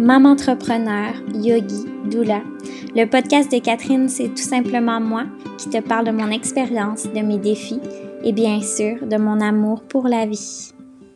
maman entrepreneur, yogi, doula. Le podcast de Catherine, c'est tout simplement moi qui te parle de mon expérience, de mes défis et bien sûr de mon amour pour la vie.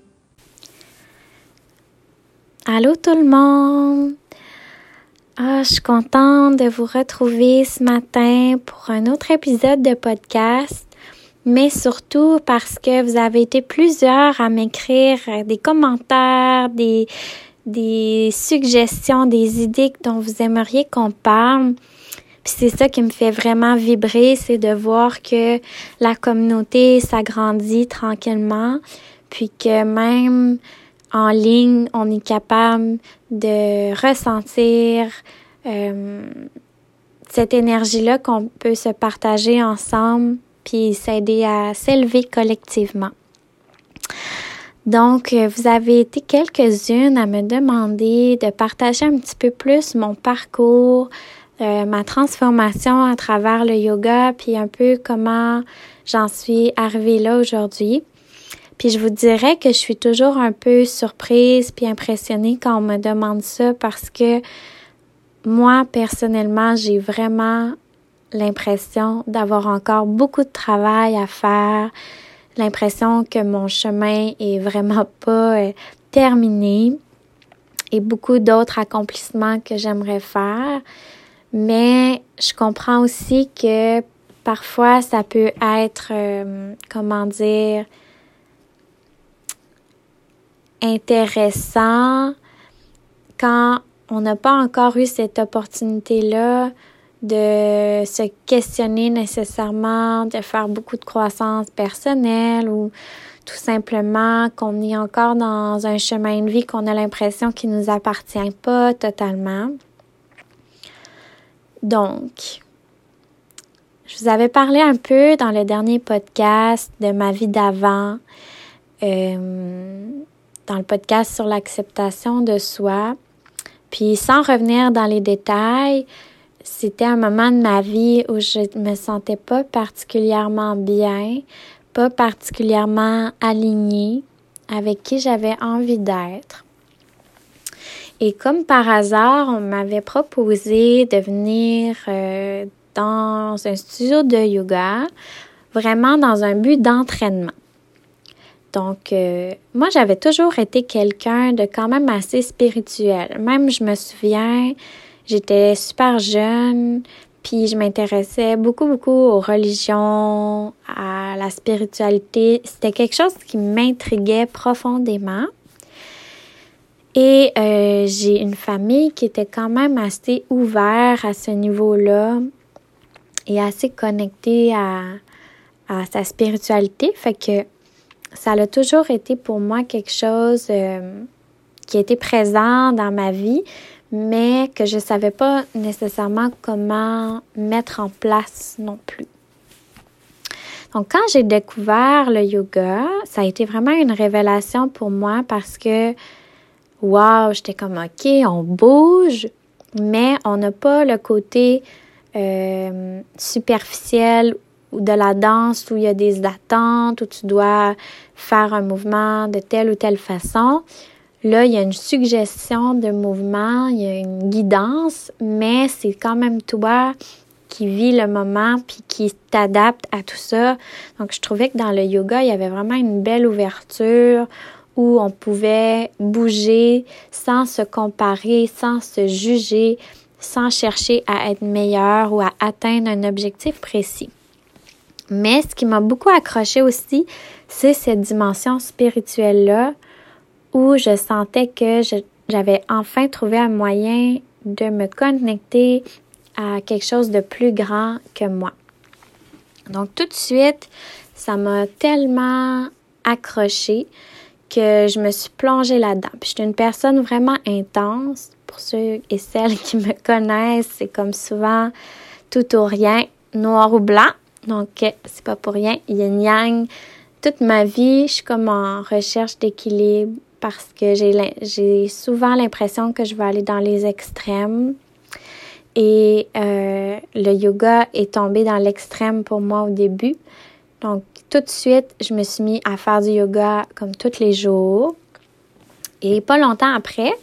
Allô tout le monde! Je suis contente de vous retrouver ce matin pour un autre épisode de podcast, mais surtout parce que vous avez été plusieurs à m'écrire des commentaires, des suggestions, des idées dont vous aimeriez qu'on parle. Puis c'est ça qui me fait vraiment vibrer, c'est de voir que la communauté s'agrandit tranquillement, puis que même en ligne, on est capable de ressentir cette énergie-là qu'on peut se partager ensemble, puis s'aider à s'élever collectivement. Donc, vous avez été quelques-unes à me demander de partager un petit peu plus mon parcours, ma transformation à travers le yoga, puis un peu comment j'en suis arrivée là aujourd'hui. Puis je vous dirais que je suis toujours un peu surprise puis impressionnée quand on me demande ça parce que moi, personnellement, j'ai vraiment l'impression d'avoir encore beaucoup de travail à faire, l'impression que mon chemin est vraiment pas terminé et beaucoup d'autres accomplissements que j'aimerais faire. Mais je comprends aussi que parfois ça peut être, intéressant quand on n'a pas encore eu cette opportunité-là de se questionner nécessairement, de faire beaucoup de croissance personnelle ou tout simplement qu'on est encore dans un chemin de vie qu'on a l'impression qu'il ne nous appartient pas totalement. Donc, je vous avais parlé un peu dans le dernier podcast de ma vie d'avant, dans le podcast sur l'acceptation de soi. Puis sans revenir dans les détails, c'était un moment de ma vie où je me sentais pas particulièrement bien, pas particulièrement alignée avec qui j'avais envie d'être. Et comme par hasard, on m'avait proposé de venir dans un studio de yoga, vraiment dans un but d'entraînement. Donc, moi, j'avais toujours été quelqu'un de quand même assez spirituel. Même, je me souviens, j'étais super jeune, puis je m'intéressais beaucoup aux religions, à la spiritualité. C'était quelque chose qui m'intriguait profondément. Et j'ai une famille qui était quand même assez ouverte à ce niveau-là et assez connectée à sa spiritualité. Fait que ça a toujours été pour moi quelque chose qui était présent dans ma vie, mais que je ne savais pas nécessairement comment mettre en place non plus. Donc, quand j'ai découvert le yoga, ça a été vraiment une révélation pour moi parce que, wow, j'étais comme, OK, on bouge, mais on n'a pas le côté superficiel ou de la danse où il y a des attentes, où tu dois faire un mouvement de telle ou telle façon. Là, il y a une suggestion de mouvement, il y a une guidance, mais c'est quand même toi qui vis le moment puis qui t'adapte à tout ça. Donc, je trouvais que dans le yoga, il y avait vraiment une belle ouverture où on pouvait bouger sans se comparer, sans se juger, sans chercher à être meilleur ou à atteindre un objectif précis. Mais ce qui m'a beaucoup accroché aussi, c'est cette dimension spirituelle-là où je sentais que j'avais enfin trouvé un moyen de me connecter à quelque chose de plus grand que moi. Donc tout de suite, ça m'a tellement accrochée que je me suis plongée là-dedans. Puis j'étais une personne vraiment intense. Pour ceux et celles qui me connaissent, c'est comme souvent tout ou rien, noir ou blanc. Donc, c'est pas pour rien. Yin-yang, toute ma vie, je suis comme en recherche d'équilibre parce que j'ai souvent l'impression que je vais aller dans les extrêmes. Et le yoga est tombé dans l'extrême pour moi au début. Donc, tout de suite, je me suis mis à faire du yoga comme tous les jours. Et pas longtemps après,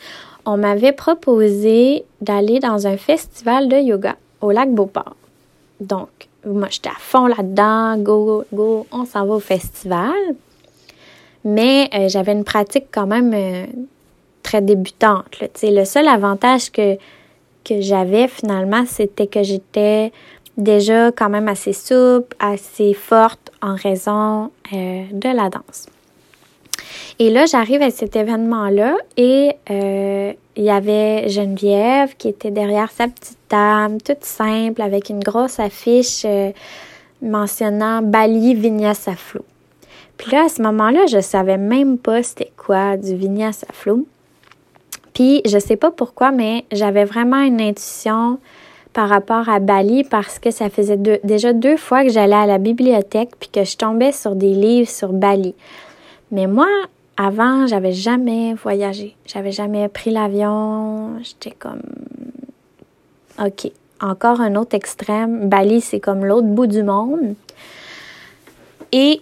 on m'avait proposé d'aller dans un festival de yoga au lac Beauport. Donc, moi, j'étais à fond là-dedans, go, go, on s'en va au festival. Mais j'avais une pratique quand même très débutante. Là. Le seul avantage que j'avais finalement, c'était que j'étais déjà quand même assez souple, assez forte en raison de la danse. Et là, j'arrive à cet événement-là et il y avait Geneviève qui était derrière sa petite table, toute simple, avec une grosse affiche mentionnant Bali Vinyasa Flow. Puis là, à ce moment-là, je savais même pas c'était quoi du Vinyasa Flow. Puis, je sais pas pourquoi, mais j'avais vraiment une intuition par rapport à Bali parce que ça faisait déjà 2 fois que j'allais à la bibliothèque puis que je tombais sur des livres sur Bali. Mais moi, avant, j'avais jamais voyagé. J'avais jamais pris l'avion. J'étais comme, OK, encore un autre extrême. Bali, c'est comme l'autre bout du monde. Et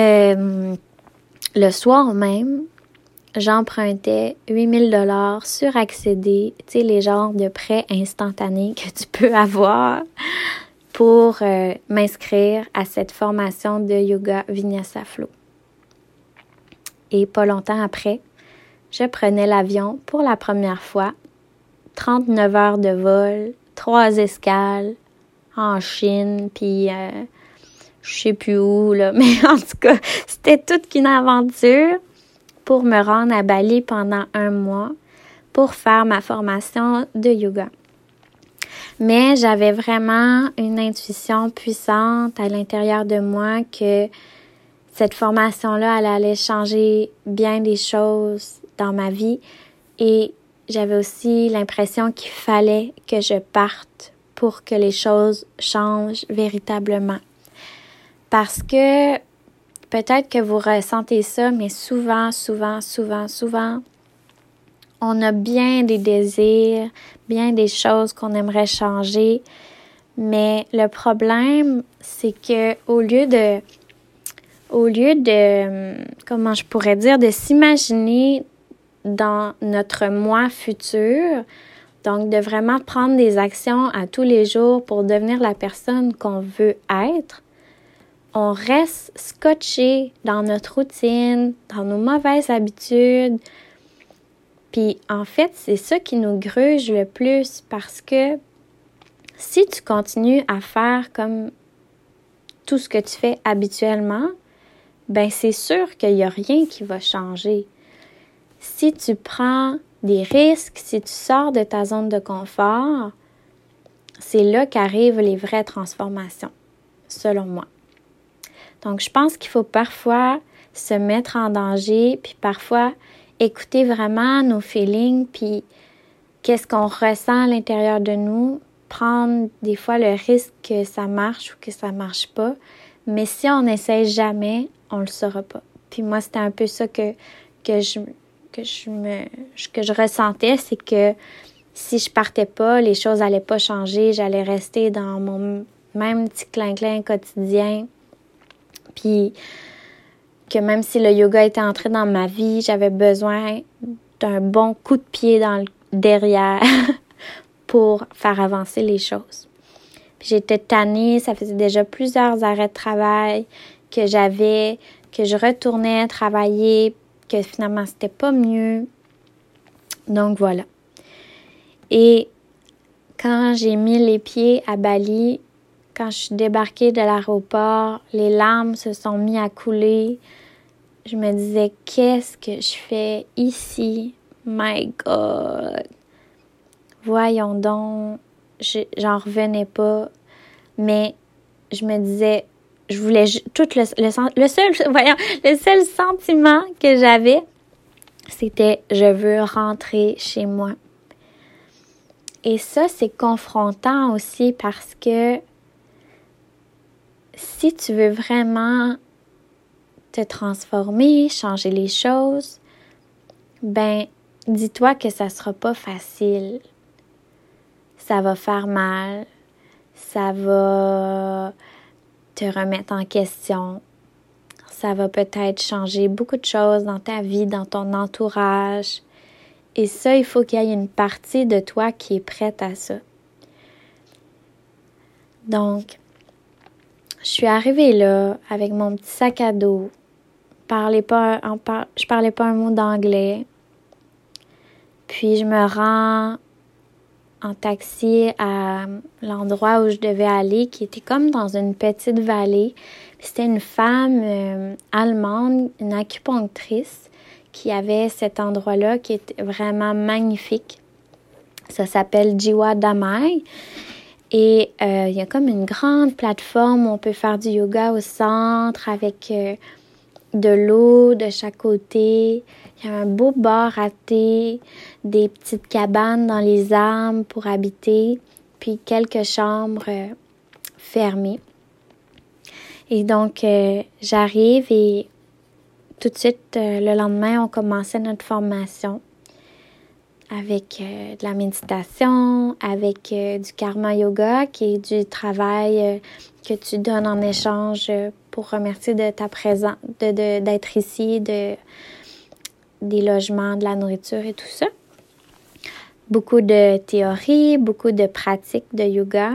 le soir même, j'empruntais 8 000 $ sur Accéder, tu sais, les genres de prêts instantanés que tu peux avoir pour m'inscrire à cette formation de yoga Vinyasa Flow. Et pas longtemps après, je prenais l'avion pour la première fois, 39 heures de vol, 3 escales en Chine, puis je sais plus où, là, mais en tout cas, c'était toute qu'une aventure pour me rendre à Bali pendant 1 mois pour faire ma formation de yoga. Mais j'avais vraiment une intuition puissante à l'intérieur de moi que cette formation-là, elle allait changer bien des choses dans ma vie et j'avais aussi l'impression qu'il fallait que je parte pour que les choses changent véritablement. Parce que peut-être que vous ressentez ça, mais souvent, on a bien des désirs, bien des choses qu'on aimerait changer, mais le problème, c'est que au lieu de, comment je pourrais dire, de s'imaginer dans notre moi futur, donc de vraiment prendre des actions à tous les jours pour devenir la personne qu'on veut être, on reste scotché dans notre routine, dans nos mauvaises habitudes. Puis en fait, c'est ça qui nous gruge le plus parce que si tu continues à faire comme tout ce que tu fais habituellement, ben c'est sûr qu'il n'y a rien qui va changer. Si tu prends des risques, si tu sors de ta zone de confort, c'est là qu'arrivent les vraies transformations, selon moi. Donc, je pense qu'il faut parfois se mettre en danger, puis parfois écouter vraiment nos feelings, puis qu'est-ce qu'on ressent à l'intérieur de nous, prendre des fois le risque que ça marche ou que ça marche pas. Mais si on n'essaie jamais, on le saura pas. Puis moi, c'était un peu ça que je ressentais, c'est que si je partais pas, les choses allaient pas changer, j'allais rester dans mon même petit clin-clin quotidien. Puis que même si le yoga était entré dans ma vie, j'avais besoin d'un bon coup de pied dans le derrière pour faire avancer les choses. Puis j'étais tannée, ça faisait déjà plusieurs arrêts de travail que je retournais travailler, que finalement c'était pas mieux. Donc voilà. Et quand j'ai mis les pieds à Bali, quand je suis débarquée de l'aéroport, les larmes se sont mises à couler. Je me disais, qu'est-ce que je fais ici? My God! Voyons donc, j'en revenais pas. Mais je me disais, je voulais tout le seul sentiment que j'avais, c'était je veux rentrer chez moi. Et ça, c'est confrontant aussi parce que si tu veux vraiment te transformer, changer les choses, ben, dis-toi que ça sera pas facile. Ça va faire mal. Ça va te remettre en question. Ça va peut-être changer beaucoup de choses dans ta vie, dans ton entourage. Et ça, il faut qu'il y ait une partie de toi qui est prête à ça. Donc, je suis arrivée là avec mon petit sac à dos. Je parlais pas un mot d'anglais. Puis je me rends en taxi à l'endroit où je devais aller, qui était comme dans une petite vallée. Puis c'était une femme allemande, une acupunctrice, qui avait cet endroit-là qui est vraiment magnifique. Ça s'appelle Jiwa Damai. Et il y a comme une grande plateforme où on peut faire du yoga au centre avec de l'eau de chaque côté. Il y a un beau bar à thé, des petites cabanes dans les arbres pour habiter, puis quelques chambres fermées. Et donc, j'arrive et tout de suite, le lendemain, on commençait notre formation avec de la méditation, avec du karma yoga, qui est du travail que tu donnes en échange pour remercier de ta présence, d'être ici, des logements, de la nourriture et tout ça. Beaucoup de théorie, beaucoup de pratiques de yoga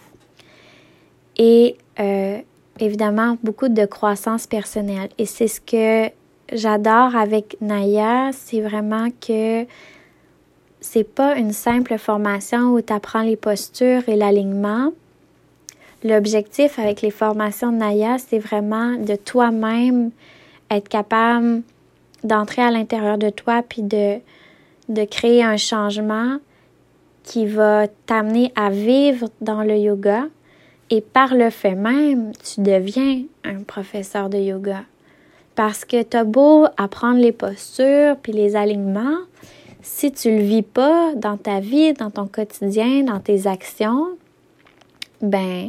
et évidemment beaucoup de croissance personnelle. Et c'est ce que j'adore avec Naya, c'est vraiment que c'est pas une simple formation où tu apprends les postures et l'alignement. L'objectif avec les formations de Naya, c'est vraiment de toi-même être capable d'entrer à l'intérieur de toi puis de créer un changement qui va t'amener à vivre dans le yoga. Et par le fait même, tu deviens un professeur de yoga. Parce que tu as beau apprendre les postures puis les alignements, si tu le vis pas dans ta vie, dans ton quotidien, dans tes actions, ben,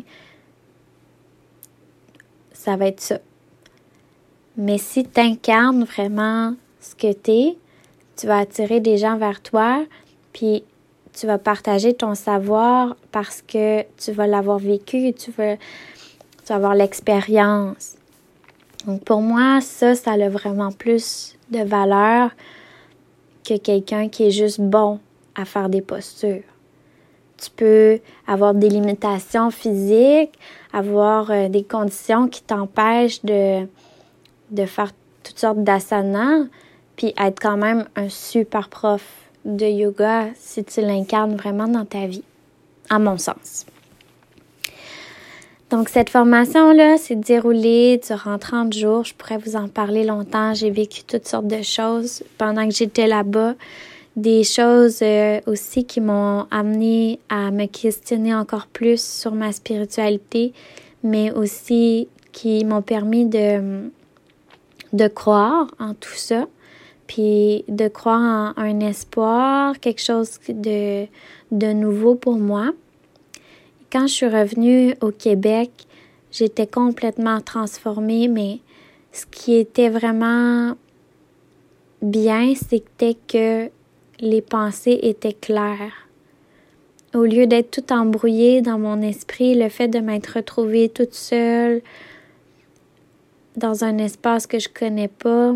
ça va être ça. Mais si tu incarnes vraiment ce que tu es, tu vas attirer des gens vers toi, puis tu vas partager ton savoir parce que tu vas l'avoir vécu, tu vas avoir l'expérience. Donc pour moi, ça a vraiment plus de valeur que quelqu'un qui est juste bon à faire des postures. Tu peux avoir des limitations physiques, avoir des conditions qui t'empêchent de faire toutes sortes d'asanas, puis être quand même un super prof de yoga si tu l'incarnes vraiment dans ta vie, à mon sens. Donc, cette formation-là s'est déroulée durant 30 jours. Je pourrais vous en parler longtemps. J'ai vécu toutes sortes de choses pendant que j'étais là-bas. Des choses aussi qui m'ont amenée à me questionner encore plus sur ma spiritualité, mais aussi qui m'ont permis de croire en tout ça, puis de croire en un espoir, quelque chose de nouveau pour moi. Quand je suis revenue au Québec, j'étais complètement transformée, mais ce qui était vraiment bien, c'était que les pensées étaient claires. Au lieu d'être tout embrouillée dans mon esprit, le fait de m'être retrouvée toute seule dans un espace que je connais pas,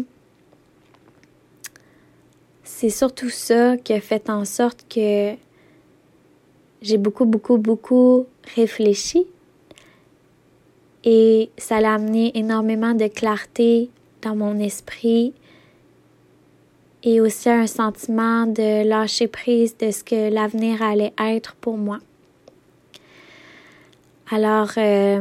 c'est surtout ça qui a fait en sorte que j'ai beaucoup réfléchi et ça l'a amené énormément de clarté dans mon esprit et aussi un sentiment de lâcher prise de ce que l'avenir allait être pour moi. Alors,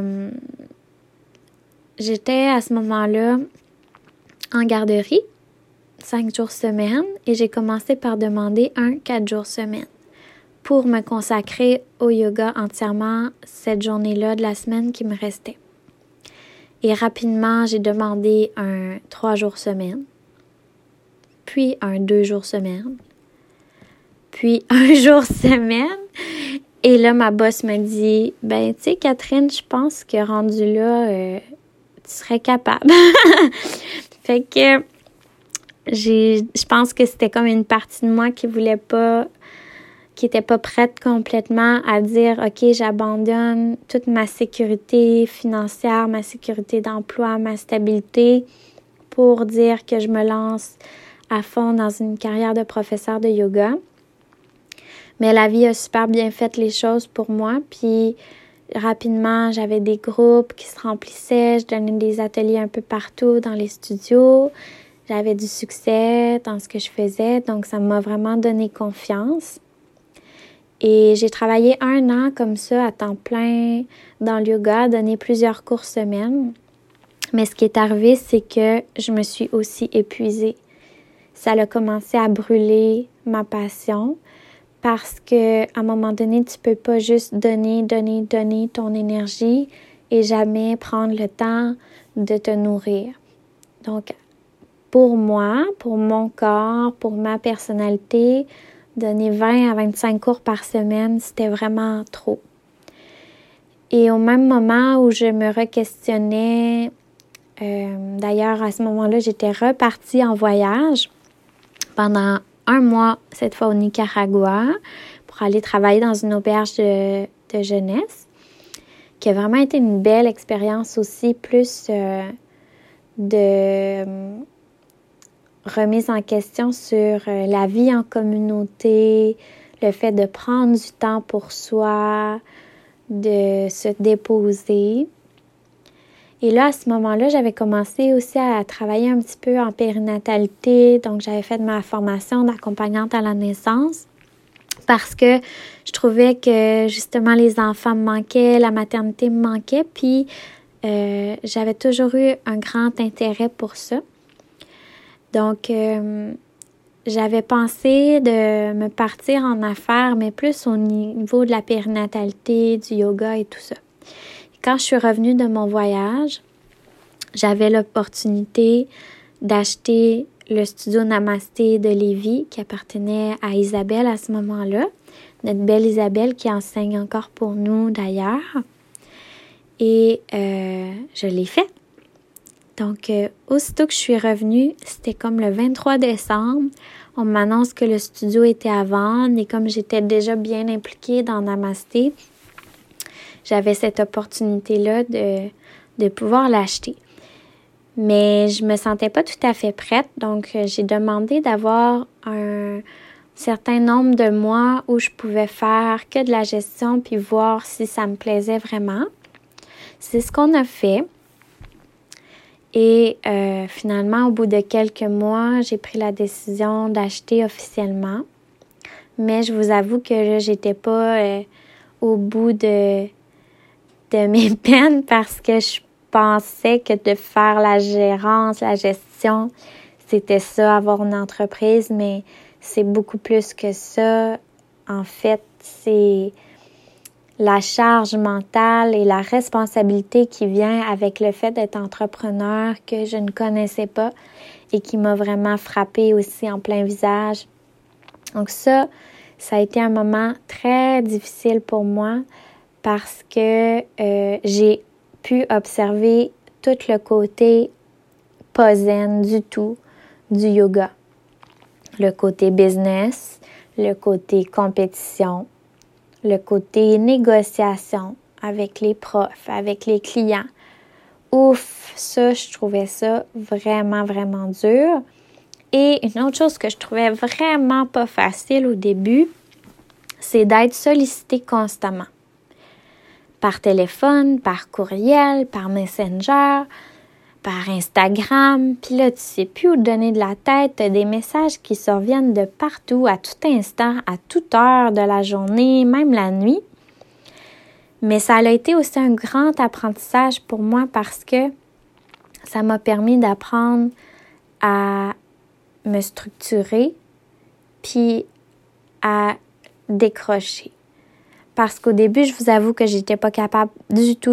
j'étais à ce moment-là en garderie, 5 jours semaine, et j'ai commencé par demander 4 jours semaine pour me consacrer au yoga entièrement cette journée-là de la semaine qui me restait. Et rapidement, j'ai demandé 3 jours semaine, puis 2 jours semaine, puis 1 jour semaine. Et là, ma boss me dit, tu sais, Catherine, je pense que rendu là, tu serais capable. Fait que je pense que c'était comme une partie de moi qui était pas prête complètement à dire, OK, j'abandonne toute ma sécurité financière, ma sécurité d'emploi, ma stabilité pour dire que je me lance à fond dans une carrière de professeur de yoga. Mais la vie a super bien fait les choses pour moi. Puis rapidement, j'avais des groupes qui se remplissaient. Je donnais des ateliers un peu partout dans les studios. J'avais du succès dans ce que je faisais. Donc, ça m'a vraiment donné confiance. Et j'ai travaillé 1 an comme ça à temps plein dans le yoga, donné plusieurs cours semaine. Mais ce qui est arrivé, c'est que je me suis aussi épuisée. Ça a commencé à brûler ma passion parce que à un moment donné, tu peux pas juste donner ton énergie et jamais prendre le temps de te nourrir. Donc, pour moi, pour mon corps, pour ma personnalité, donner 20 à 25 cours par semaine, c'était vraiment trop. Et au même moment où je me re-questionnais, d'ailleurs, à ce moment-là, j'étais repartie en voyage pendant 1 mois, cette fois au Nicaragua, pour aller travailler dans une auberge de jeunesse, qui a vraiment été une belle expérience aussi, plus de remise en question sur la vie en communauté, le fait de prendre du temps pour soi, de se déposer. Et là, à ce moment-là, j'avais commencé aussi à travailler un petit peu en périnatalité. Donc, j'avais fait ma formation d'accompagnante à la naissance parce que je trouvais que, justement, les enfants me manquaient, la maternité me manquait. Puis, j'avais toujours eu un grand intérêt pour ça. Donc, j'avais pensé de me partir en affaires, mais plus au niveau de la périnatalité, du yoga et tout ça. Quand je suis revenue de mon voyage, j'avais l'opportunité d'acheter le studio Namasté de Lévis qui appartenait à Isabelle à ce moment-là, notre belle Isabelle qui enseigne encore pour nous d'ailleurs. Et je l'ai fait. Donc, aussitôt que je suis revenue, c'était comme le 23 décembre, on m'annonce que le studio était à vendre et comme j'étais déjà bien impliquée dans Namasté, j'avais cette opportunité-là de pouvoir l'acheter. Mais je me sentais pas tout à fait prête, donc j'ai demandé d'avoir un certain nombre de mois où je pouvais faire que de la gestion puis voir si ça me plaisait vraiment. C'est ce qu'on a fait. Et finalement, au bout de quelques mois, j'ai pris la décision d'acheter officiellement. Mais je vous avoue que là, j'étais pas au bout de mes peines parce que je pensais que de faire la gérance, la gestion, c'était ça, avoir une entreprise, mais c'est beaucoup plus que ça. En fait, c'est la charge mentale et la responsabilité qui vient avec le fait d'être entrepreneur que je ne connaissais pas et qui m'a vraiment frappée aussi en plein visage. Donc ça a été un moment très difficile pour moi parce que j'ai pu observer tout le côté pas zen du tout du yoga. Le côté business, le côté compétition, le côté négociation avec les profs, avec les clients. Ouf, ça, je trouvais ça vraiment, vraiment dur. Et une autre chose que je trouvais vraiment pas facile au début, c'est d'être sollicité constamment. Par téléphone, par courriel, par Messenger, par Instagram. Puis là, tu sais plus où te donner de la tête. Tu as des messages qui surviennent de partout, à tout instant, à toute heure de la journée, même la nuit. Mais ça a été aussi un grand apprentissage pour moi parce que ça m'a permis d'apprendre à me structurer puis à décrocher. Parce qu'au début, je vous avoue que j'étais pas capable du tout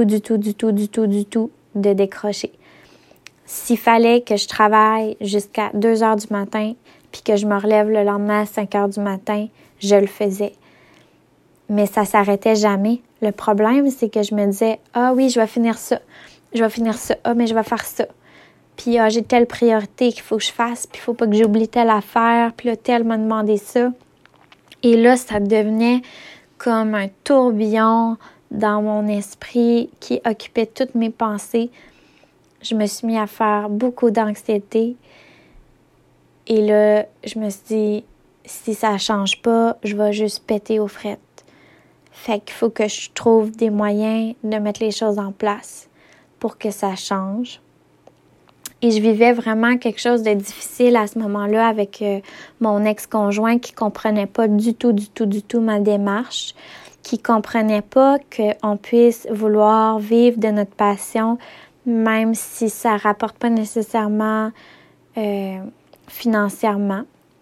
de décrocher. S'il fallait que je travaille jusqu'à 2 heures du matin puis que je me relève le lendemain à 5 heures du matin, je le faisais. Mais ça s'arrêtait jamais. Le problème, c'est que je me disais « Ah oui, je vais finir ça. Ah, mais je vais faire ça. Puis j'ai telle priorité qu'il faut que je fasse, puis il faut pas que j'oublie telle affaire, puis là, tel m'a demandé ça. » Et là, ça devenait comme un tourbillon dans mon esprit qui occupait toutes mes pensées. Je me suis mis à faire beaucoup d'anxiété. Et là, je me suis dit, si ça change pas, je vais juste péter aux frettes. Fait qu'il faut que je trouve des moyens de mettre les choses en place pour que ça change. Et je vivais vraiment quelque chose de difficile à ce moment-là avec mon ex-conjoint qui comprenait pas du tout ma démarche, qui comprenait pas qu'on puisse vouloir vivre de notre passion, même si ça rapporte pas nécessairement financièrement.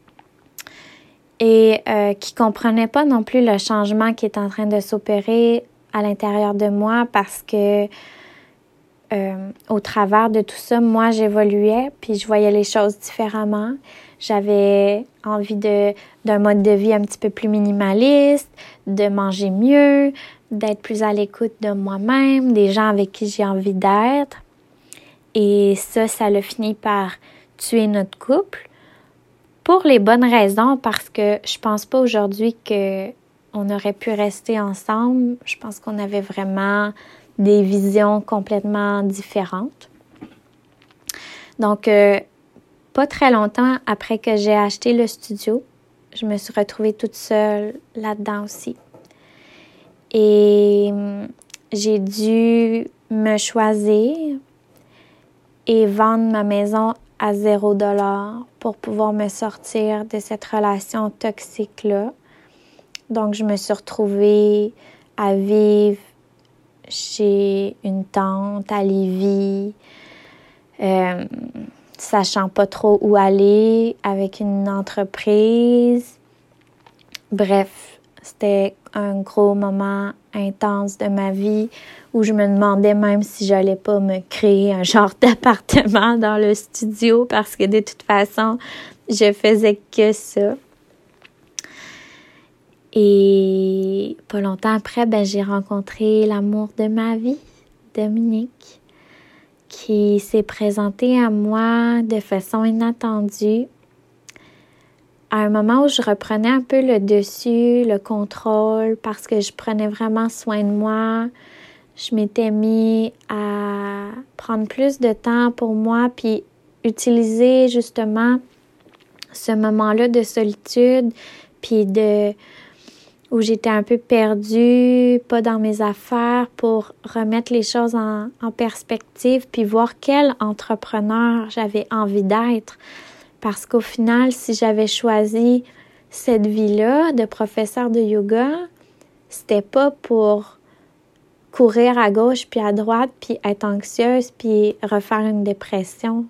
Et qui comprenait pas non plus le changement qui est en train de s'opérer à l'intérieur de moi parce que au travers de tout ça, moi, j'évoluais, puis je voyais les choses différemment. J'avais envie d'un mode de vie un petit peu plus minimaliste, de manger mieux, d'être plus à l'écoute de moi-même, des gens avec qui j'ai envie d'être. Et ça l'a fini par tuer notre couple pour les bonnes raisons, parce que je pense pas aujourd'hui qu'on aurait pu rester ensemble. Je pense qu'on avait vraiment des visions complètement différentes. Donc, pas très longtemps après que j'ai acheté le studio, je me suis retrouvée toute seule là-dedans aussi. Et j'ai dû me choisir et vendre ma maison à $0 pour pouvoir me sortir de cette relation toxique-là. Donc, je me suis retrouvée à vivre chez une tante à Lévis, sachant pas trop où aller, avec une entreprise. Bref, c'était un gros moment intense de ma vie où je me demandais même si j'allais pas me créer un genre d'appartement dans le studio parce que de toute façon, je faisais que ça. Et pas longtemps après, j'ai rencontré l'amour de ma vie, Dominique, qui s'est présenté à moi de façon inattendue. À un moment où je reprenais un peu le dessus, le contrôle, parce que je prenais vraiment soin de moi, je m'étais mis à prendre plus de temps pour moi, puis utiliser justement ce moment-là de solitude, puis où j'étais un peu perdue, pas dans mes affaires, pour remettre les choses en perspective, puis voir quel entrepreneur j'avais envie d'être. Parce qu'au final, si j'avais choisi cette vie-là de professeur de yoga, c'était pas pour courir à gauche puis à droite, puis être anxieuse, puis refaire une dépression.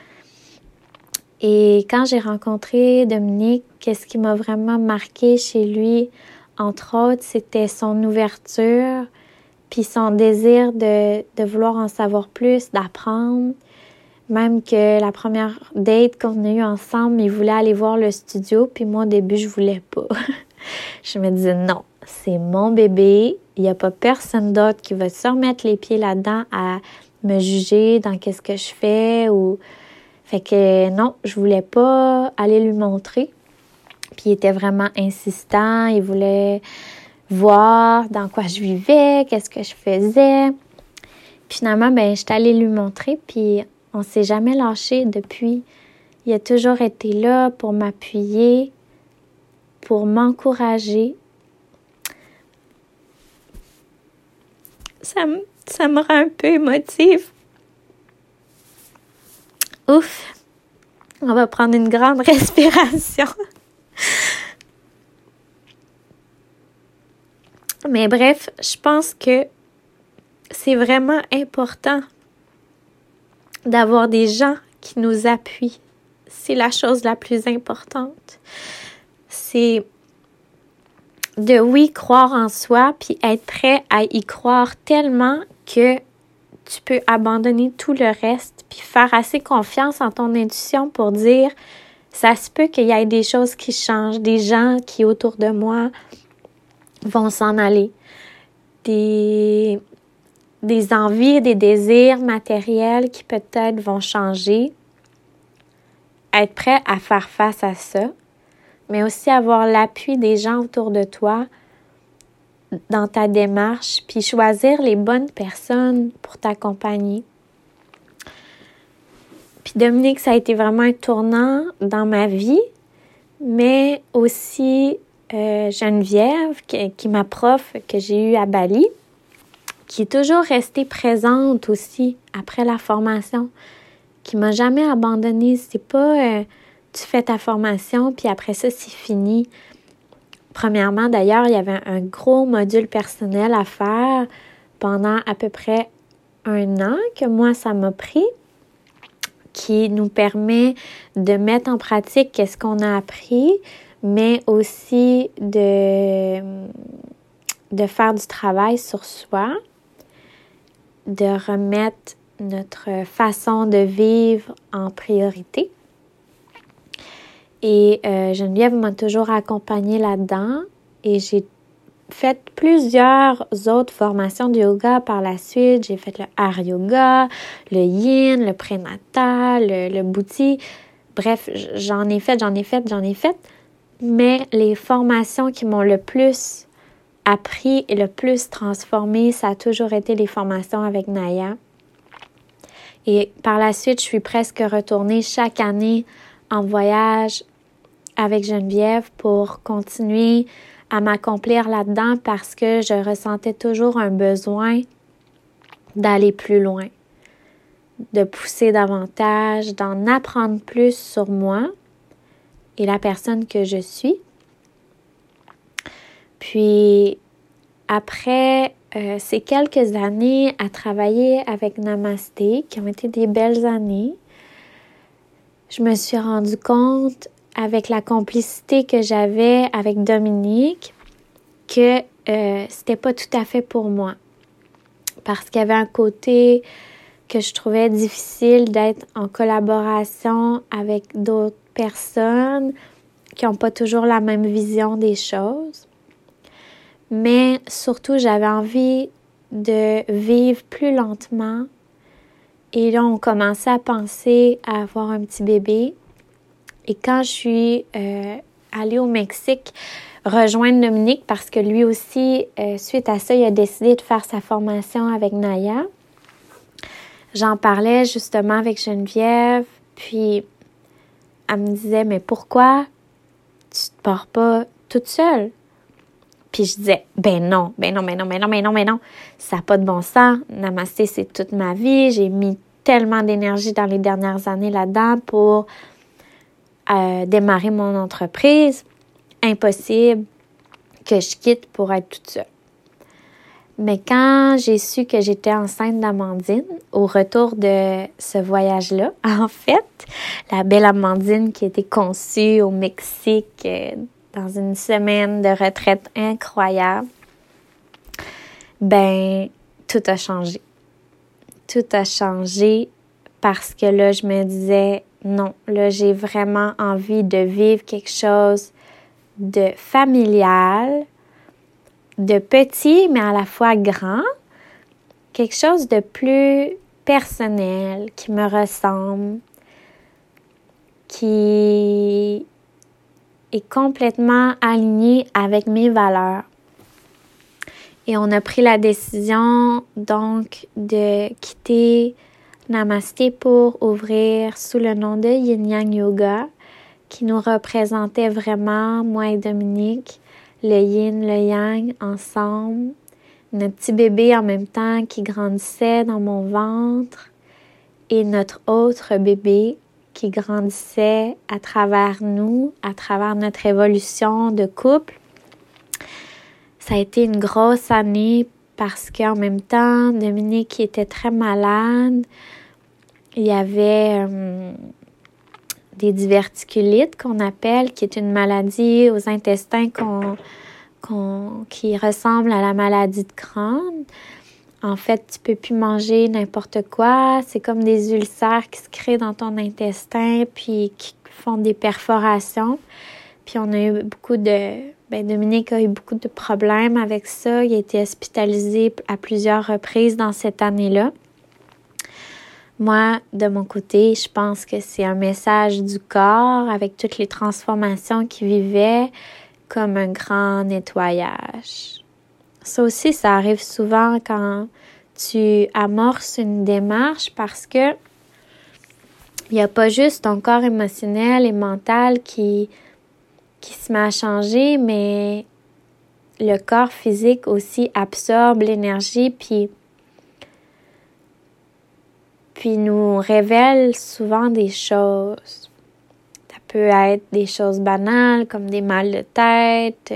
Et quand j'ai rencontré Dominique, qu'est-ce qui m'a vraiment marqué chez lui, entre autres, c'était son ouverture, puis son désir de vouloir en savoir plus, d'apprendre. Même que la première date qu'on a eue ensemble, il voulait aller voir le studio, puis moi, au début, je voulais pas. Je me disais, non, c'est mon bébé, il n'y a pas personne d'autre qui va se remettre les pieds là-dedans à me juger dans qu'est-ce que je fais. Fait que non, je voulais pas aller lui montrer. Puis il était vraiment insistant, il voulait voir dans quoi je vivais, qu'est-ce que je faisais. Puis finalement, je suis allée lui montrer, puis on s'est jamais lâché depuis. Il a toujours été là pour m'appuyer, pour m'encourager. Ça me rend un peu émotive. Ouf! On va prendre une grande respiration. Mais bref, je pense que c'est vraiment important d'avoir des gens qui nous appuient. C'est la chose la plus importante. C'est de, oui, croire en soi, puis être prêt à y croire tellement que tu peux abandonner tout le reste, puis faire assez confiance en ton intuition pour dire, ça se peut qu'il y ait des choses qui changent, des gens qui autour de moi vont s'en aller, des envies, des désirs matériels qui peut-être vont changer. Être prêt à faire face à ça, mais aussi avoir l'appui des gens autour de toi dans ta démarche, puis choisir les bonnes personnes pour t'accompagner. Puis Dominique, ça a été vraiment un tournant dans ma vie, mais aussi Geneviève, qui ma prof que j'ai eue à Bali, qui est toujours restée présente aussi après la formation, qui m'a jamais abandonnée. C'est pas tu fais ta formation puis après ça c'est fini. Premièrement, d'ailleurs, il y avait un gros module personnel à faire pendant à peu près 1 an que moi ça m'a pris, qui nous permet de mettre en pratique qu'est-ce qu'on a appris, mais aussi de faire du travail sur soi, de remettre notre façon de vivre en priorité. Et Geneviève m'a toujours accompagnée là-dedans et j'ai fait plusieurs autres formations de yoga par la suite. J'ai fait le Hatha Yoga, le Yin, le prénatal, le Bhuti. Bref, j'en ai fait. Mais les formations qui m'ont le plus appris et le plus transformé, ça a toujours été les formations avec Naya. Et par la suite, je suis presque retournée chaque année en voyage avec Geneviève pour continuer à m'accomplir là-dedans parce que je ressentais toujours un besoin d'aller plus loin, de pousser davantage, d'en apprendre plus sur moi et la personne que je suis. Puis après ces quelques années à travailler avec Namasté, qui ont été des belles années, je me suis rendu compte avec la complicité que j'avais avec Dominique que c'était pas tout à fait pour moi. Parce qu'il y avait un côté que je trouvais difficile d'être en collaboration avec d'autres personnes qui n'ont pas toujours la même vision des choses. Mais surtout, j'avais envie de vivre plus lentement. Et là, on commençait à penser à avoir un petit bébé. Et quand je suis allée au Mexique rejoindre Dominique, parce que lui aussi, suite à ça, il a décidé de faire sa formation avec Naya. J'en parlais justement avec Geneviève, puis elle me disait « Mais pourquoi tu te pars pas toute seule? » Puis je disais « Ben non, ça n'a pas de bon sens. Namasté, c'est toute ma vie. J'ai mis tellement d'énergie dans les dernières années là-dedans pour démarrer mon entreprise. Impossible que je quitte pour être toute seule. » Mais quand j'ai su que j'étais enceinte d'Amandine, au retour de ce voyage-là, en fait, la belle Amandine qui a été conçue au Mexique dans une semaine de retraite incroyable, ben, tout a changé. Tout a changé parce que là, je me disais, non, là, j'ai vraiment envie de vivre quelque chose de familial, de petit, mais à la fois grand, quelque chose de plus personnel, qui me ressemble, qui est complètement aligné avec mes valeurs. Et on a pris la décision, donc, de quitter Namasté pour ouvrir sous le nom de Yin Yang Yoga, qui nous représentait vraiment, moi et Dominique, le yin, le yang, ensemble. Notre petit bébé en même temps qui grandissait dans mon ventre et notre autre bébé qui grandissait à travers nous, à travers notre évolution de couple. Ça a été une grosse année parce qu'en même temps, Dominique était très malade. Il y avait des diverticulites qu'on appelle, qui est une maladie aux intestins qui ressemble à la maladie de Crohn. En fait, tu peux plus manger n'importe quoi. C'est comme des ulcères qui se créent dans ton intestin puis qui font des perforations. Puis on a eu Dominique a eu beaucoup de problèmes avec ça. Il a été hospitalisé à plusieurs reprises dans cette année-là. Moi, de mon côté, je pense que c'est un message du corps avec toutes les transformations qu'il vivait comme un grand nettoyage. Ça aussi, ça arrive souvent quand tu amorces une démarche parce que il n'y a pas juste ton corps émotionnel et mental qui se met à changer, mais le corps physique aussi absorbe l'énergie puis nous révèle souvent des choses. Ça peut être des choses banales comme des mal de tête,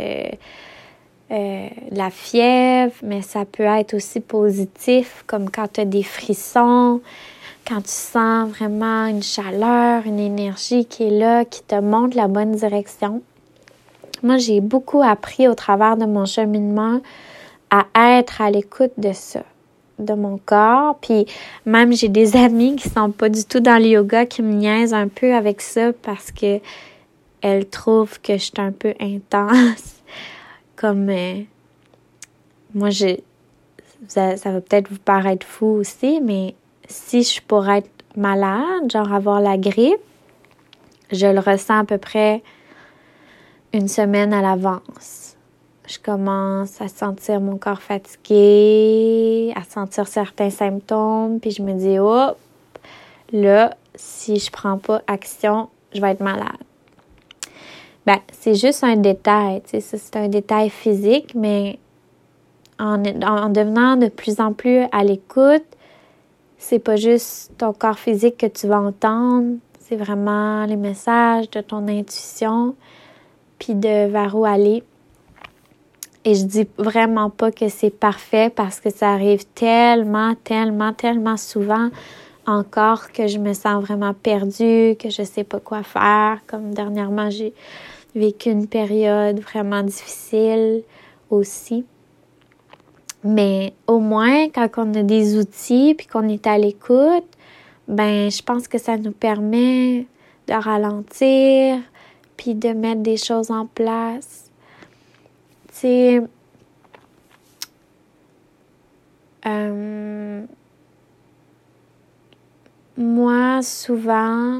la fièvre, mais ça peut être aussi positif comme quand tu as des frissons, quand tu sens vraiment une chaleur, une énergie qui est là, qui te montre la bonne direction. Moi, j'ai beaucoup appris au travers de mon cheminement à être à l'écoute de ça, de mon corps. Puis même, j'ai des amis qui sont pas du tout dans le yoga qui me niaisent un peu avec ça parce que elles trouvent que je suis un peu intense. Comme moi, ça va peut-être vous paraître fou aussi, mais si je pourrais être malade, genre avoir la grippe, je le ressens à peu près une semaine à l'avance. Je commence à sentir mon corps fatigué, à sentir certains symptômes, puis je me dis, oh, là, si je prends pas action, je vais être malade. Ben, c'est juste un détail, tu sais, ça c'est un détail physique, mais en devenant de plus en plus à l'écoute, c'est pas juste ton corps physique que tu vas entendre, c'est vraiment les messages de ton intuition, puis de vers où aller. Et je dis vraiment pas que c'est parfait parce que ça arrive tellement souvent encore que je me sens vraiment perdue, que je sais pas quoi faire. Comme dernièrement, j'ai vécu une période vraiment difficile aussi. Mais au moins, quand on a des outils puis qu'on est à l'écoute, ben je pense que ça nous permet de ralentir puis de mettre des choses en place. Tu sais, moi, souvent,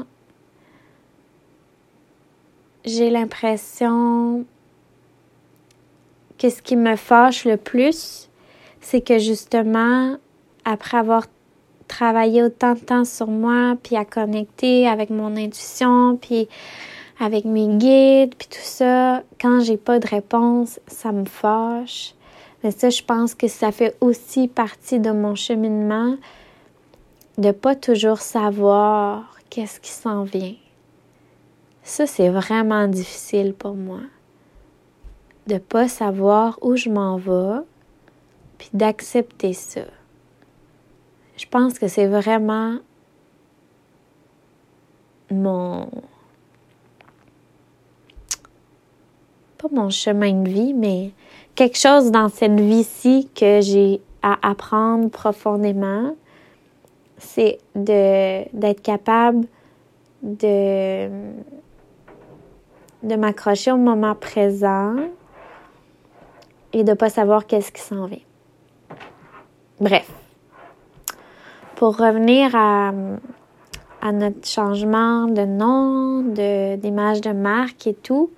j'ai l'impression que ce qui me fâche le plus, c'est que justement, après avoir travaillé autant de temps sur moi, puis à connecter avec mon intuition, puis avec mes guides, puis tout ça, quand j'ai pas de réponse, ça me fâche. Mais ça, je pense que ça fait aussi partie de mon cheminement de pas toujours savoir qu'est-ce qui s'en vient. Ça, c'est vraiment difficile pour moi. De pas savoir où je m'en vais, puis d'accepter ça. Je pense que c'est vraiment pas mon chemin de vie, mais quelque chose dans cette vie-ci que j'ai à apprendre profondément, c'est d'être capable de m'accrocher au moment présent et de pas savoir qu'est-ce qui s'en vient. Bref, pour revenir à notre changement de nom, d'image de marque et tout,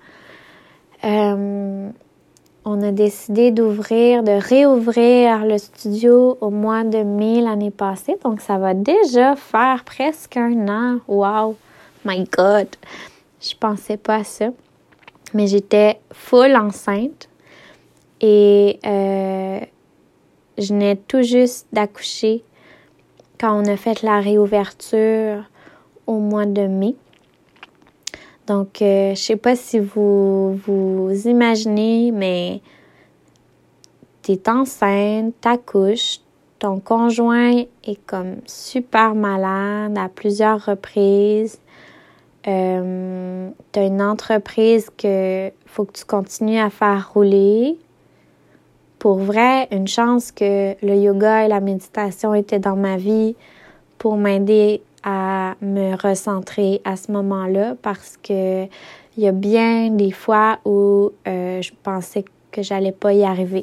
on a décidé de réouvrir le studio au mois de mai l'année passée. Donc, ça va déjà faire presque 1 an. Wow! My God! Je pensais pas à ça. Mais j'étais full enceinte. Et je venais tout juste d'accoucher quand on a fait la réouverture au mois de mai. Donc, je sais pas si vous imaginez, mais t'es enceinte, t'accouches, ton conjoint est comme super malade à plusieurs reprises. T'as une entreprise que faut que tu continues à faire rouler. Pour vrai, une chance que le yoga et la méditation étaient dans ma vie pour m'aider à me recentrer à ce moment-là parce que il y a bien des fois où je pensais que j'allais pas y arriver.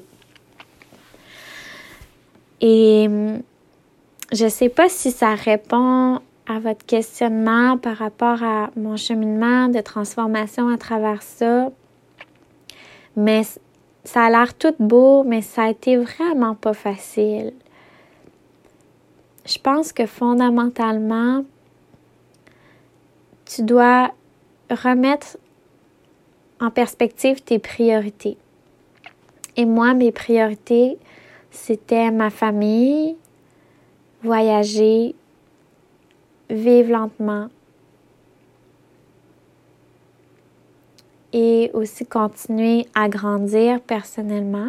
Et je sais pas si ça répond à votre questionnement par rapport à mon cheminement de transformation à travers ça, mais ça a l'air tout beau, mais ça a été vraiment pas facile. Je pense que fondamentalement, tu dois remettre en perspective tes priorités. Et moi, mes priorités, c'était ma famille, voyager, vivre lentement et aussi continuer à grandir personnellement.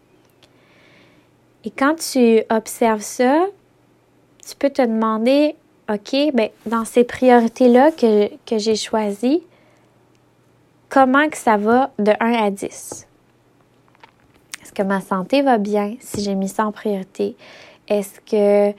Et quand tu observes ça, tu peux te demander, OK, dans ces priorités-là que j'ai choisies, comment que ça va de 1 à 10? Est-ce que ma santé va bien si j'ai mis ça en priorité? Est-ce que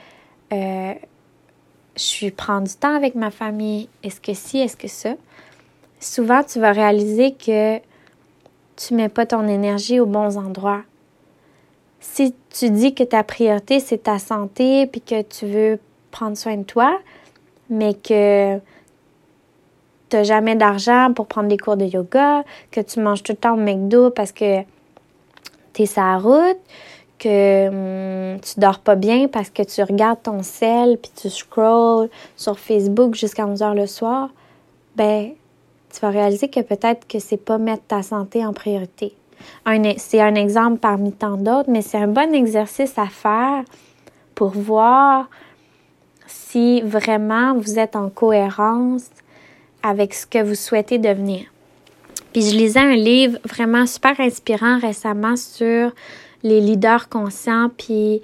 je prends du temps avec ma famille? Est-ce que ci, est-ce que ça? Souvent, tu vas réaliser que tu ne mets pas ton énergie aux bons endroits. Si tu dis que ta priorité, c'est ta santé puis que tu veux prendre soin de toi, mais que tu n'as jamais d'argent pour prendre des cours de yoga, que tu manges tout le temps au McDo parce que tu es sur la route, que tu dors pas bien parce que tu regardes ton cell puis tu scrolls sur Facebook jusqu'à 11h le soir, tu vas réaliser que peut-être que c'est pas mettre ta santé en priorité. C'est un exemple parmi tant d'autres, mais c'est un bon exercice à faire pour voir si vraiment vous êtes en cohérence avec ce que vous souhaitez devenir. Puis je lisais un livre vraiment super inspirant récemment sur les leaders conscients, puis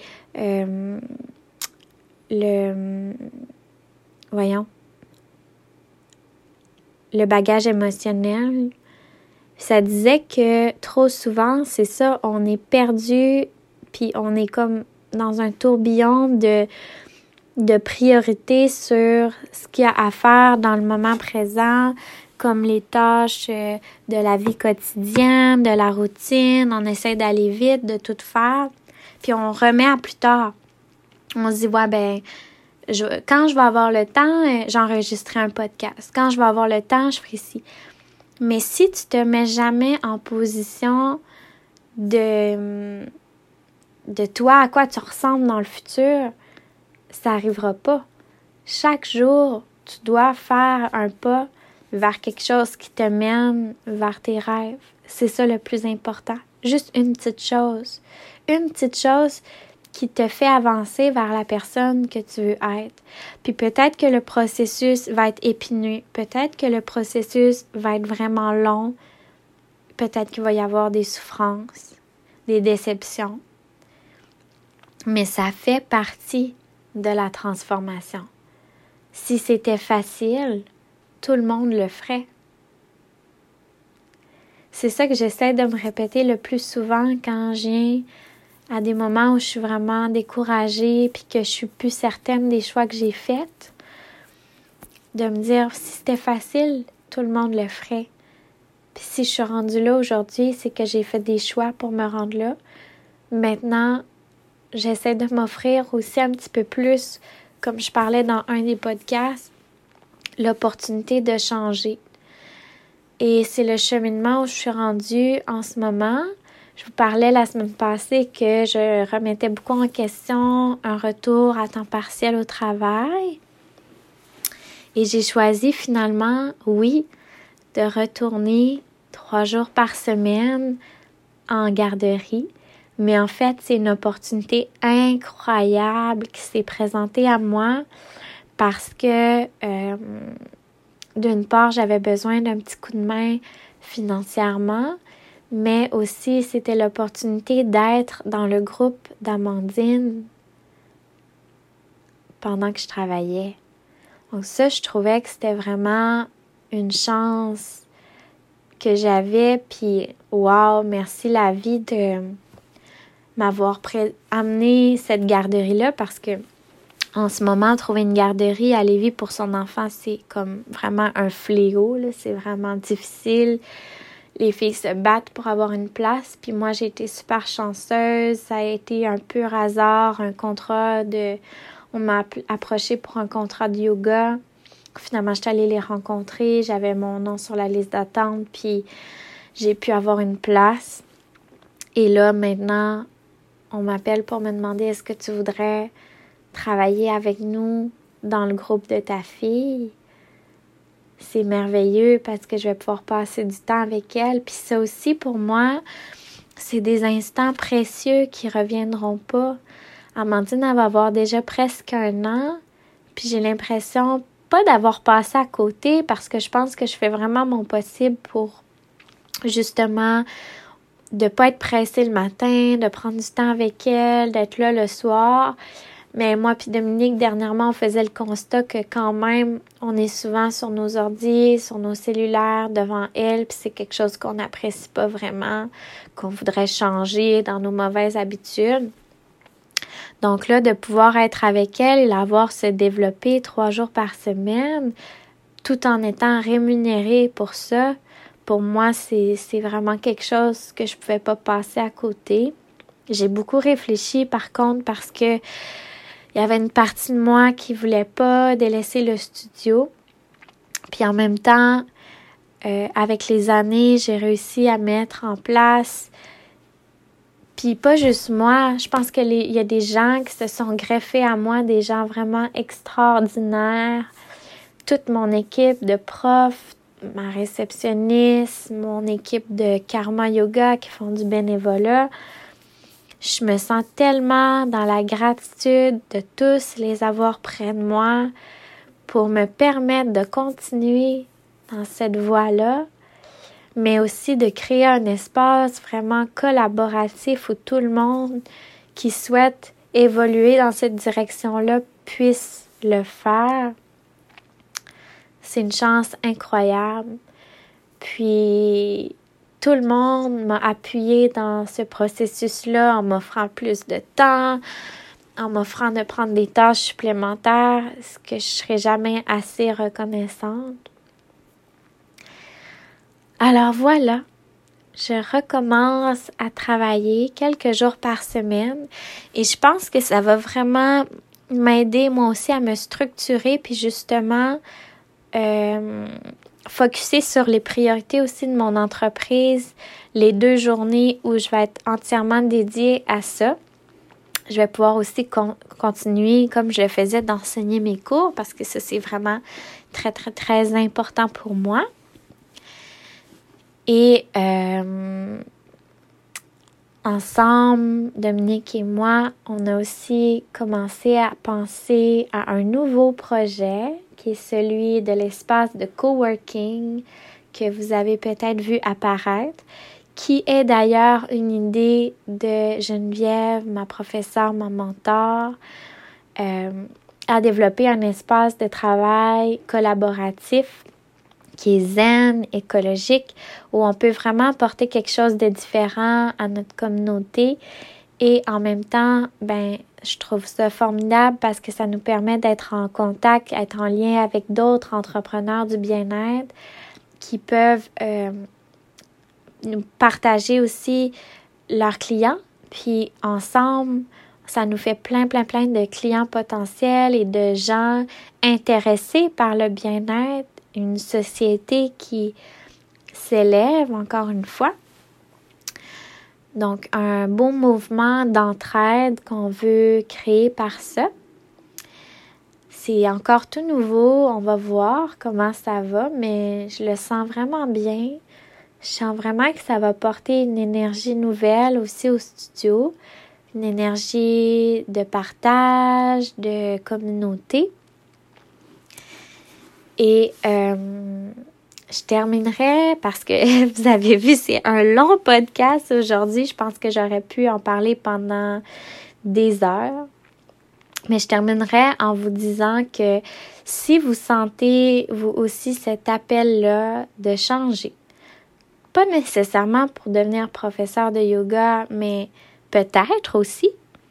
le bagage émotionnel. Ça disait que trop souvent, c'est ça, on est perdu, puis on est comme dans un tourbillon de priorités sur ce qu'il y a à faire dans le moment présent, comme les tâches de la vie quotidienne, de la routine. On essaie d'aller vite, de tout faire, puis on remet à plus tard. On se dit, quand je vais avoir le temps, j'enregistrerai un podcast. Quand je vais avoir le temps, je ferai ci. Mais si tu te mets jamais en position de toi, à quoi tu ressembles dans le futur, ça n'arrivera pas. Chaque jour, tu dois faire un pas vers quelque chose qui te mène vers tes rêves. C'est ça le plus important. Juste une petite chose. Une petite chose qui te fait avancer vers la personne que tu veux être. Puis peut-être que le processus va être épineux. Peut-être que le processus va être vraiment long. Peut-être qu'il va y avoir des souffrances, des déceptions. Mais ça fait partie de la transformation. Si c'était facile, tout le monde le ferait. C'est ça que j'essaie de me répéter le plus souvent quand je viens à des moments où je suis vraiment découragée puis que je suis plus certaine des choix que j'ai faits. De me dire, si c'était facile, tout le monde le ferait. Puis si je suis rendue là aujourd'hui, c'est que j'ai fait des choix pour me rendre là. Maintenant, j'essaie de m'offrir aussi un petit peu plus, comme je parlais dans un des podcasts, l'opportunité de changer. Et c'est le cheminement où je suis rendue en ce moment. Je vous parlais la semaine passée que je remettais beaucoup en question un retour à temps partiel au travail. Et j'ai choisi finalement, oui, de retourner 3 jours par semaine en garderie. Mais en fait, c'est une opportunité incroyable qui s'est présentée à moi parce que, d'une part, j'avais besoin d'un petit coup de main financièrement, mais aussi c'était l'opportunité d'être dans le groupe d'Amandine pendant que je travaillais. Donc ça, je trouvais que c'était vraiment une chance que j'avais, puis wow, merci la vie de m'avoir amené cette garderie-là parce que en ce moment, trouver une garderie à Lévis pour son enfant, c'est comme vraiment un fléau, là. C'est vraiment difficile. Les filles se battent pour avoir une place. Puis moi, j'ai été super chanceuse. Ça a été un pur hasard, un contrat de... On m'a approché pour un contrat de yoga. Finalement, je suis allée les rencontrer. J'avais mon nom sur la liste d'attente. Puis j'ai pu avoir une place. Et là, maintenant, on m'appelle pour me demander est-ce que tu voudrais travailler avec nous dans le groupe de ta fille. c'est merveilleux parce que je vais pouvoir passer du temps avec elle. Puis ça aussi, pour moi, c'est des instants précieux qui reviendront pas. Amandine, elle va avoir déjà presque 1 an, puis j'ai l'impression pas d'avoir passé à côté parce que je pense que je fais vraiment mon possible pour justement de pas être pressée le matin, de prendre du temps avec elle, d'être là le soir. Mais moi puis Dominique, dernièrement, on faisait le constat que quand même, on est souvent sur nos ordi, sur nos cellulaires, devant elle, puis c'est quelque chose qu'on n'apprécie pas vraiment, qu'on voudrait changer dans nos mauvaises habitudes. Donc là, de pouvoir être avec elle et la voir se développer 3 jours par semaine, tout en étant rémunérée pour ça, pour moi, c'est vraiment quelque chose que je pouvais pas passer à côté. J'ai beaucoup réfléchi, par contre, parce que il y avait une partie de moi qui voulait pas délaisser le studio. Puis en même temps, avec les années, j'ai réussi à mettre en place. Puis pas juste moi, je pense qu'il y a des gens qui se sont greffés à moi, des gens vraiment extraordinaires. Toute mon équipe de profs, ma réceptionniste, mon équipe de Karma Yoga qui font du bénévolat. Je me sens tellement dans la gratitude de tous les avoir près de moi pour me permettre de continuer dans cette voie-là, mais aussi de créer un espace vraiment collaboratif où tout le monde qui souhaite évoluer dans cette direction-là puisse le faire. C'est une chance incroyable. Puis tout le monde m'a appuyée dans ce processus-là en m'offrant plus de temps, en m'offrant de prendre des tâches supplémentaires, ce que je ne serai jamais assez reconnaissante. Alors voilà, je recommence à travailler quelques jours par semaine et je pense que ça va vraiment m'aider moi aussi à me structurer puis justement focusser sur les priorités aussi de mon entreprise, les 2 journées où je vais être entièrement dédiée à ça. Je vais pouvoir aussi continuer comme je le faisais d'enseigner mes cours parce que ça, c'est vraiment très, très, très important pour moi. Et ensemble, Dominique et moi, on a aussi commencé à penser à un nouveau projet qui est celui de l'espace de coworking que vous avez peut-être vu apparaître, qui est d'ailleurs une idée de Geneviève, ma professeure, ma mentor, à développer un espace de travail collaboratif qui est zen, écologique, où on peut vraiment apporter quelque chose de différent à notre communauté. Et en même temps, je trouve ça formidable parce que ça nous permet d'être en contact, être en lien avec d'autres entrepreneurs du bien-être qui peuvent nous partager aussi leurs clients. Puis ensemble, ça nous fait plein de clients potentiels et de gens intéressés par le bien-être. Une société qui s'élève, encore une fois. Donc, un beau mouvement d'entraide qu'on veut créer par ça. C'est encore tout nouveau, on va voir comment ça va, mais je le sens vraiment bien. Je sens vraiment que ça va porter une énergie nouvelle aussi au studio, une énergie de partage, de communauté. Et je terminerai parce que vous avez vu, c'est un long podcast aujourd'hui. Je pense que j'aurais pu en parler pendant des heures. Mais je terminerai en vous disant que si vous sentez, vous aussi, cet appel-là de changer, pas nécessairement pour devenir professeur de yoga, mais peut-être aussi.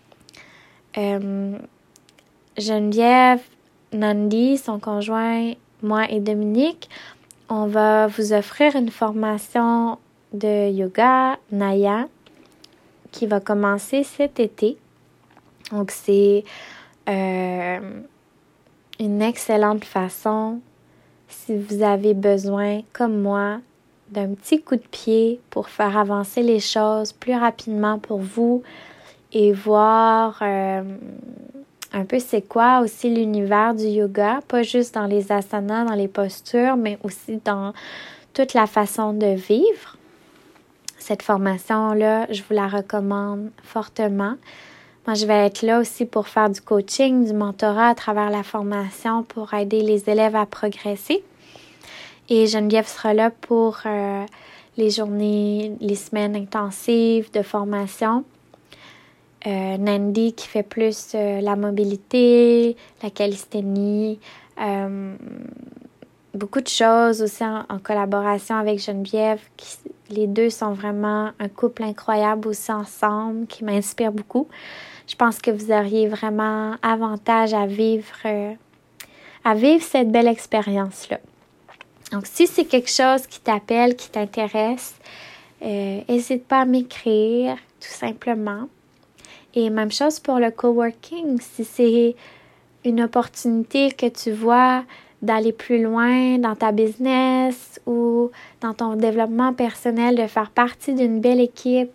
Geneviève, Nandi, son conjoint, moi et Dominique, on va vous offrir une formation de yoga Naya qui va commencer cet été. Donc, c'est une excellente façon, si vous avez besoin, comme moi, d'un petit coup de pied pour faire avancer les choses plus rapidement pour vous et voir un peu c'est quoi aussi l'univers du yoga, pas juste dans les asanas, dans les postures, mais aussi dans toute la façon de vivre. Cette formation-là, je vous la recommande fortement. Moi, je vais être là aussi pour faire du coaching, du mentorat à travers la formation pour aider les élèves à progresser. Et Geneviève sera là pour les journées, les semaines intensives de formation. Nandi qui fait plus la mobilité, la calisthénie, beaucoup de choses aussi en collaboration avec Geneviève. Les deux sont vraiment un couple incroyable aussi ensemble qui m'inspire beaucoup. Je pense que vous auriez vraiment avantage à vivre cette belle expérience-là. Donc, si c'est quelque chose qui t'appelle, qui t'intéresse, n'hésite pas à m'écrire, tout simplement. Et même chose pour le coworking. Si c'est une opportunité que tu vois d'aller plus loin dans ta business ou dans ton développement personnel, de faire partie d'une belle équipe,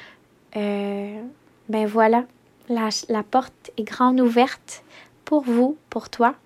ben voilà, la porte est grande ouverte pour vous, pour toi.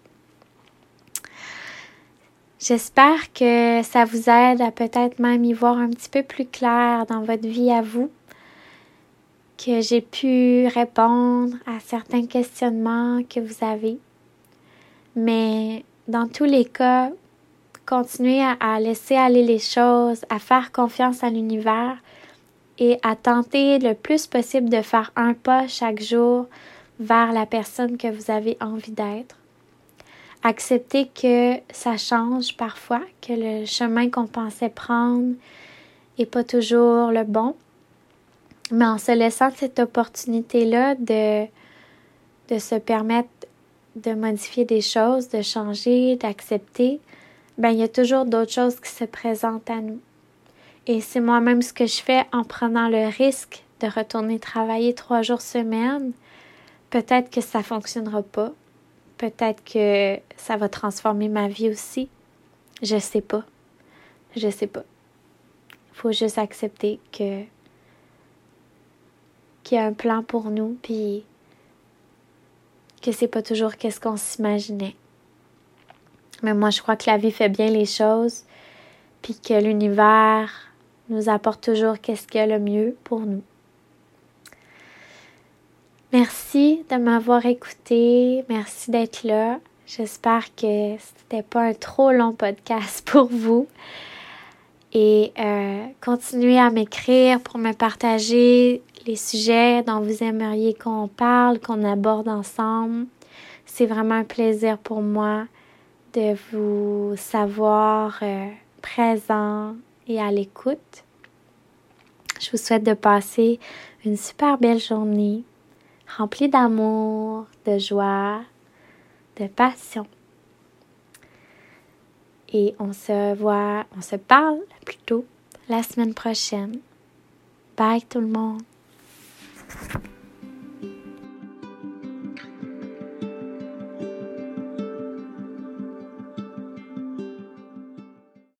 J'espère que ça vous aide à peut-être même y voir un petit peu plus clair dans votre vie à vous, que j'ai pu répondre à certains questionnements que vous avez. Mais dans tous les cas, continuez à laisser aller les choses, à faire confiance à l'univers et à tenter le plus possible de faire un pas chaque jour vers la personne que vous avez envie d'être. Accepter que ça change parfois, que le chemin qu'on pensait prendre n'est pas toujours le bon, mais en se laissant cette opportunité-là de se permettre de modifier des choses, de changer, d'accepter, ben il y a toujours d'autres choses qui se présentent à nous. Et c'est moi-même ce que je fais en prenant le risque de retourner travailler 3 jours semaine. Peut-être que ça ne fonctionnera pas. Peut-être que ça va transformer ma vie aussi. Je sais pas. Je sais pas. Il faut juste accepter qu'il y a un plan pour nous, puis que c'est pas toujours qu'est-ce qu'on s'imaginait. Mais moi, je crois que la vie fait bien les choses, puis que l'univers nous apporte toujours qu'est-ce qu'il y a le mieux pour nous. Merci de m'avoir écouté. Merci d'être là. J'espère que c'était pas un trop long podcast pour vous. Et continuez à m'écrire pour me partager les sujets dont vous aimeriez qu'on parle, qu'on aborde ensemble. C'est vraiment un plaisir pour moi de vous savoir présent et à l'écoute. Je vous souhaite de passer une super belle journée, remplie d'amour, de joie, de passion. Et on se parle plutôt la semaine prochaine. Bye tout le monde!